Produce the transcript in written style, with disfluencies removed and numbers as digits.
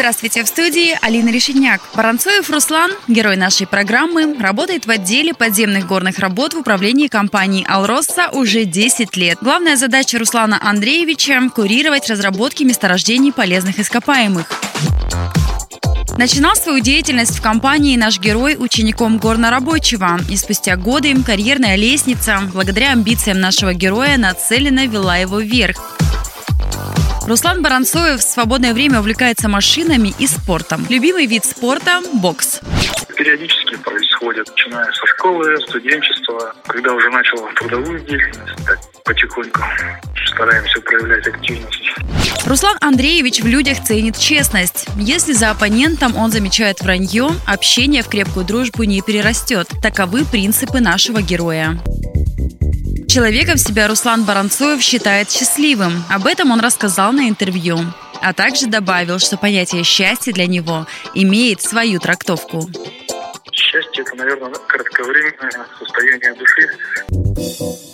Здравствуйте, в студии Алина Решетняк. Баранцоев Руслан, герой нашей программы, работает в отделе подземных горных работ в управлении компании «Алроса» уже 10 лет. Главная задача Руслана Андреевича – курировать разработки месторождений полезных ископаемых. Начинал свою деятельность в компании наш герой учеником горнорабочего, и спустя годы карьерная лестница, благодаря амбициям нашего героя, нацеленно вела его вверх. Руслан Баранцоев в свободное время увлекается машинами и спортом. Любимый вид спорта – бокс. Периодически происходит, начиная со школы, студенчества. Когда уже начал трудовую деятельность, так потихоньку стараемся проявлять активность. Руслан Андреевич в людях ценит честность. Если за оппонентом он замечает вранье, общение в крепкую дружбу не перерастет. Таковы принципы нашего героя. Человеком себя Руслан Баранцоев считает счастливым. Об этом он рассказал на интервью. А также добавил, что понятие счастья для него имеет свою трактовку. Счастье – это, наверное, кратковременное состояние души.